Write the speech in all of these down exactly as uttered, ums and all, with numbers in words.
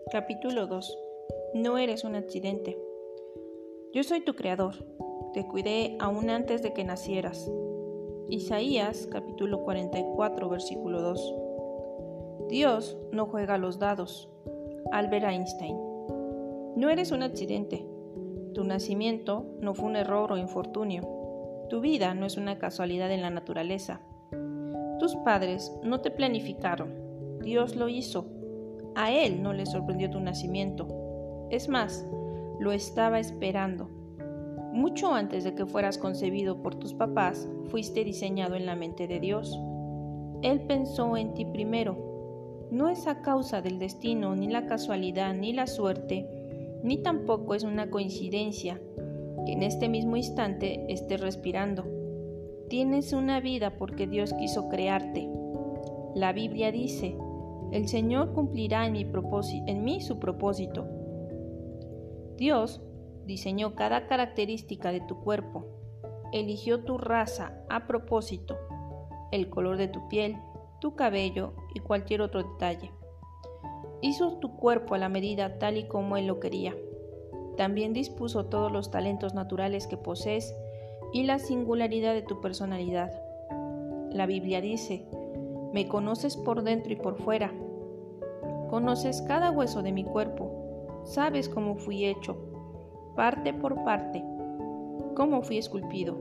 Capítulo dos. No eres un accidente. Yo soy tu creador. Te cuidé aún antes de que nacieras. Isaías, capítulo cuarenta y cuatro, versículo dos. Dios no juega a los dados. Albert Einstein. No eres un accidente. Tu nacimiento no fue un error o infortunio. Tu vida no es una casualidad en la naturaleza. Tus padres no te planificaron. Dios lo hizo. A él no le sorprendió tu nacimiento. Es más, lo estaba esperando. Mucho antes de que fueras concebido por tus papás, fuiste diseñado en la mente de Dios. Él pensó en ti primero. No es a causa del destino, ni la casualidad, ni la suerte, ni tampoco es una coincidencia que en este mismo instante estés respirando. Tienes una vida porque Dios quiso crearte. La Biblia dice: el Señor cumplirá en mí, propósito, en mí su propósito. Dios diseñó cada característica de tu cuerpo. Eligió tu raza a propósito, el color de tu piel, tu cabello y cualquier otro detalle. Hizo tu cuerpo a la medida tal y como Él lo quería. También dispuso todos los talentos naturales que posees y la singularidad de tu personalidad. La Biblia dice: me conoces por dentro y por fuera. Conoces cada hueso de mi cuerpo. Sabes cómo fui hecho, parte por parte, cómo fui esculpido.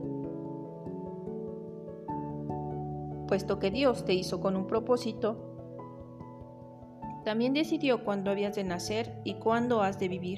Puesto que Dios te hizo con un propósito, también decidió cuándo habías de nacer y cuándo has de vivir.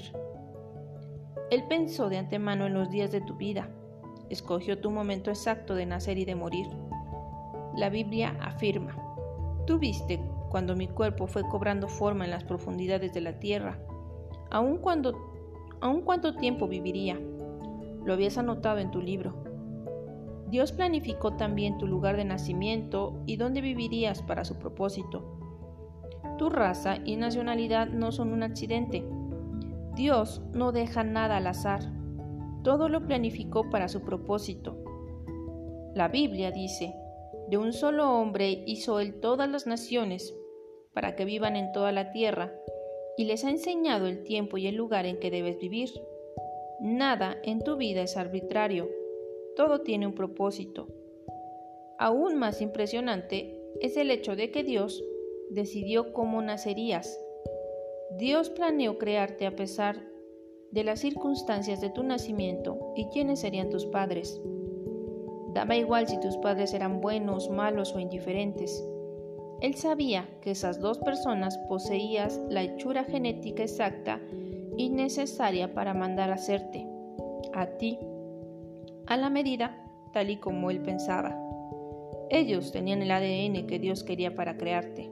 Él pensó de antemano en los días de tu vida. Escogió tu momento exacto de nacer y de morir. La Biblia afirma: tú viste cuando mi cuerpo fue cobrando forma en las profundidades de la tierra, aun cuando, aun cuánto tiempo viviría. Lo habías anotado en tu libro. Dios planificó también tu lugar de nacimiento y dónde vivirías para su propósito. Tu raza y nacionalidad no son un accidente. Dios no deja nada al azar. Todo lo planificó para su propósito. La Biblia dice: de un solo hombre hizo Él todas las naciones para que vivan en toda la tierra, y les ha enseñado el tiempo y el lugar en que debes vivir. Nada en tu vida es arbitrario, todo tiene un propósito. Aún más impresionante es el hecho de que Dios decidió cómo nacerías. Dios planeó crearte a pesar de las circunstancias de tu nacimiento y quiénes serían tus padres. Daba igual si tus padres eran buenos, malos o indiferentes. Él sabía que esas dos personas poseías la hechura genética exacta y necesaria para mandar a hacerte, a ti, a la medida tal y como Él pensaba. Ellos tenían el A D N que Dios quería para crearte.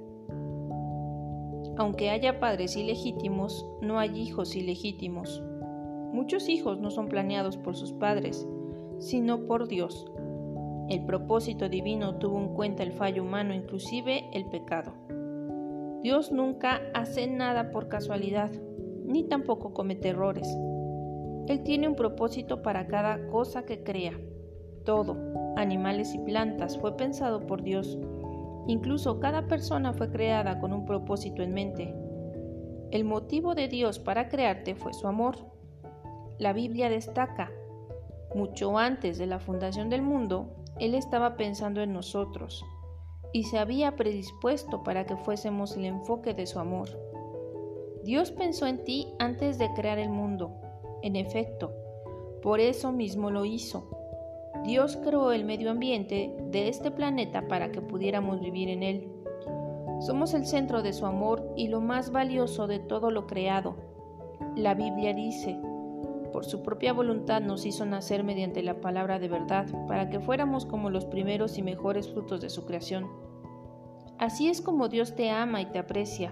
Aunque haya padres ilegítimos, no hay hijos ilegítimos. Muchos hijos no son planeados por sus padres, sino por Dios. El propósito divino tuvo en cuenta el fallo humano, inclusive el pecado. Dios nunca hace nada por casualidad, ni tampoco comete errores. Él tiene un propósito para cada cosa que crea. Todo, animales y plantas, fue pensado por Dios. Incluso cada persona fue creada con un propósito en mente. El motivo de Dios para crearte fue su amor. La Biblia destaca: mucho antes de la fundación del mundo, Él estaba pensando en nosotros y se había predispuesto para que fuésemos el enfoque de su amor. Dios pensó en ti antes de crear el mundo. En efecto, por eso mismo lo hizo. Dios creó el medio ambiente de este planeta para que pudiéramos vivir en él. Somos el centro de su amor y lo más valioso de todo lo creado. La Biblia dice: por su propia voluntad nos hizo nacer mediante la palabra de verdad, para que fuéramos como los primeros y mejores frutos de su creación. Así es como Dios te ama y te aprecia.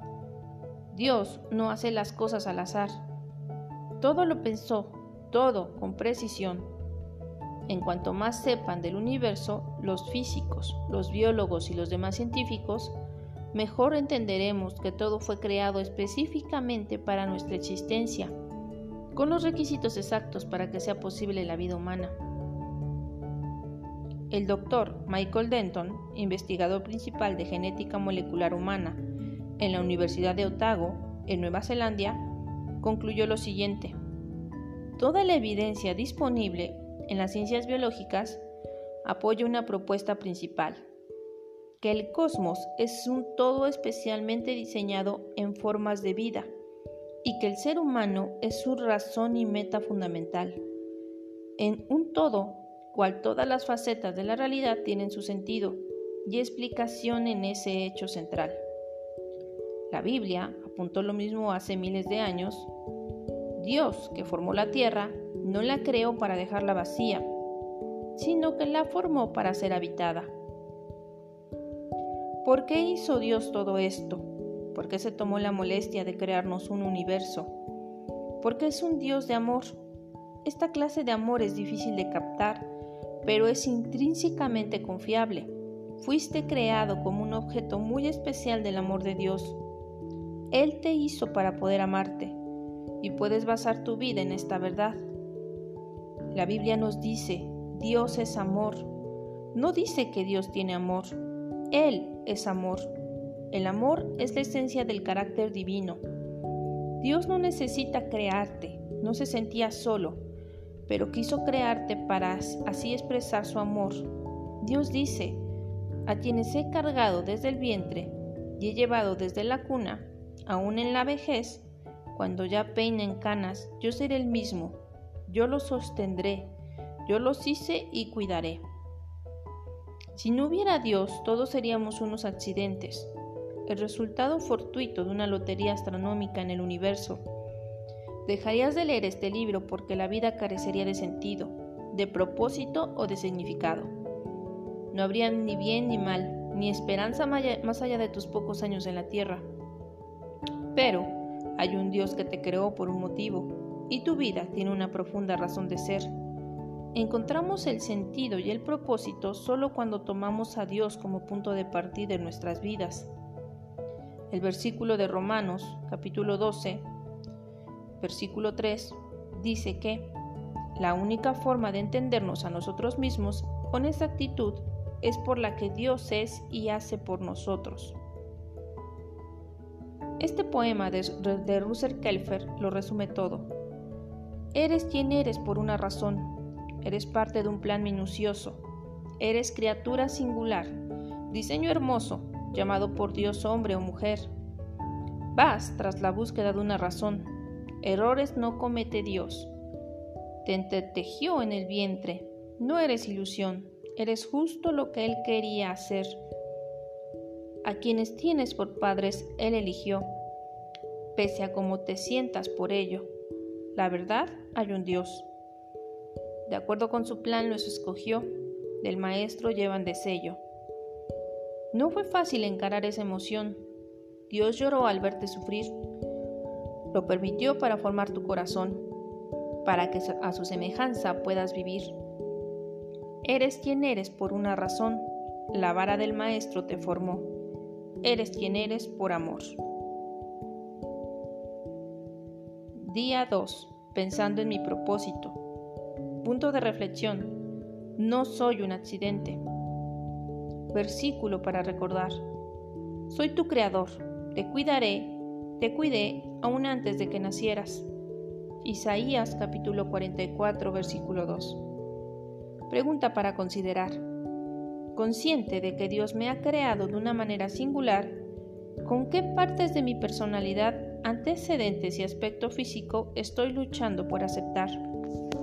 Dios no hace las cosas al azar. Todo lo pensó, todo con precisión. En cuanto más sepan del universo, los físicos, los biólogos y los demás científicos, mejor entenderemos que todo fue creado específicamente para nuestra existencia, con los requisitos exactos para que sea posible la vida humana. El doctor Michael Denton, investigador principal de genética molecular humana en la Universidad de Otago, en Nueva Zelanda, concluyó lo siguiente: toda la evidencia disponible en las ciencias biológicas apoya una propuesta principal, que el cosmos es un todo especialmente diseñado en formas de vida y que el ser humano es su razón y meta fundamental, en un todo cual todas las facetas de la realidad tienen su sentido y explicación en ese hecho central. La Biblia apuntó lo mismo hace miles de años. Dios, que formó la tierra, no la creó para dejarla vacía, sino que la formó para ser habitada. ¿Por qué hizo Dios todo esto? ¿Por qué se tomó la molestia de crearnos un universo? Porque es un Dios de amor. Esta clase de amor es difícil de captar, pero es intrínsecamente confiable. Fuiste creado como un objeto muy especial del amor de Dios. Él te hizo para poder amarte, y puedes basar tu vida en esta verdad. La Biblia nos dice, Dios es amor. No dice que Dios tiene amor. Él es amor. El amor es la esencia del carácter divino. Dios no necesita crearte, no se sentía solo, pero quiso crearte para así expresar su amor. Dios dice, a quienes he cargado desde el vientre y he llevado desde la cuna, aún en la vejez, cuando ya peinen canas, yo seré el mismo, yo los sostendré, yo los hice y cuidaré. Si no hubiera Dios, todos seríamos unos accidentes, el resultado fortuito de una lotería astronómica en el universo. Dejarías de leer este libro porque la vida carecería de sentido, de propósito o de significado. No habría ni bien ni mal, ni esperanza más allá de tus pocos años en la tierra. Pero hay un Dios que te creó por un motivo, y tu vida tiene una profunda razón de ser. Encontramos el sentido y el propósito solo cuando tomamos a Dios como punto de partida en nuestras vidas. El versículo de Romanos, capítulo doce, versículo tres, dice que la única forma de entendernos a nosotros mismos con exactitud es por la que Dios es y hace por nosotros. Este poema de, de Russell Kelfer lo resume todo. Eres quien eres por una razón. Eres parte de un plan minucioso. Eres criatura singular, diseño hermoso, llamado por Dios hombre o mujer. Vas tras la búsqueda de una razón. Errores no comete Dios. Te entretejió en el vientre. No eres ilusión. Eres justo lo que Él quería hacer. A quienes tienes por padres, Él eligió, pese a cómo te sientas por ello. La verdad, hay un Dios. De acuerdo con su plan, los escogió. Del maestro llevan de sello. No fue fácil encarar esa emoción. Dios lloró al verte sufrir. Lo permitió para formar tu corazón, para que a su semejanza puedas vivir. Eres quien eres por una razón. La vara del maestro te formó. Eres quien eres por amor. Día dos. Pensando en mi propósito. Punto de reflexión. No soy un accidente. Versículo para recordar. Soy tu creador. Te cuidaré, te cuidé aún antes de que nacieras. Isaías capítulo cuarenta y cuatro, versículo dos. Pregunta para considerar. Consciente de que Dios me ha creado de una manera singular, ¿con qué partes de mi personalidad, antecedentes y aspecto físico estoy luchando por aceptar?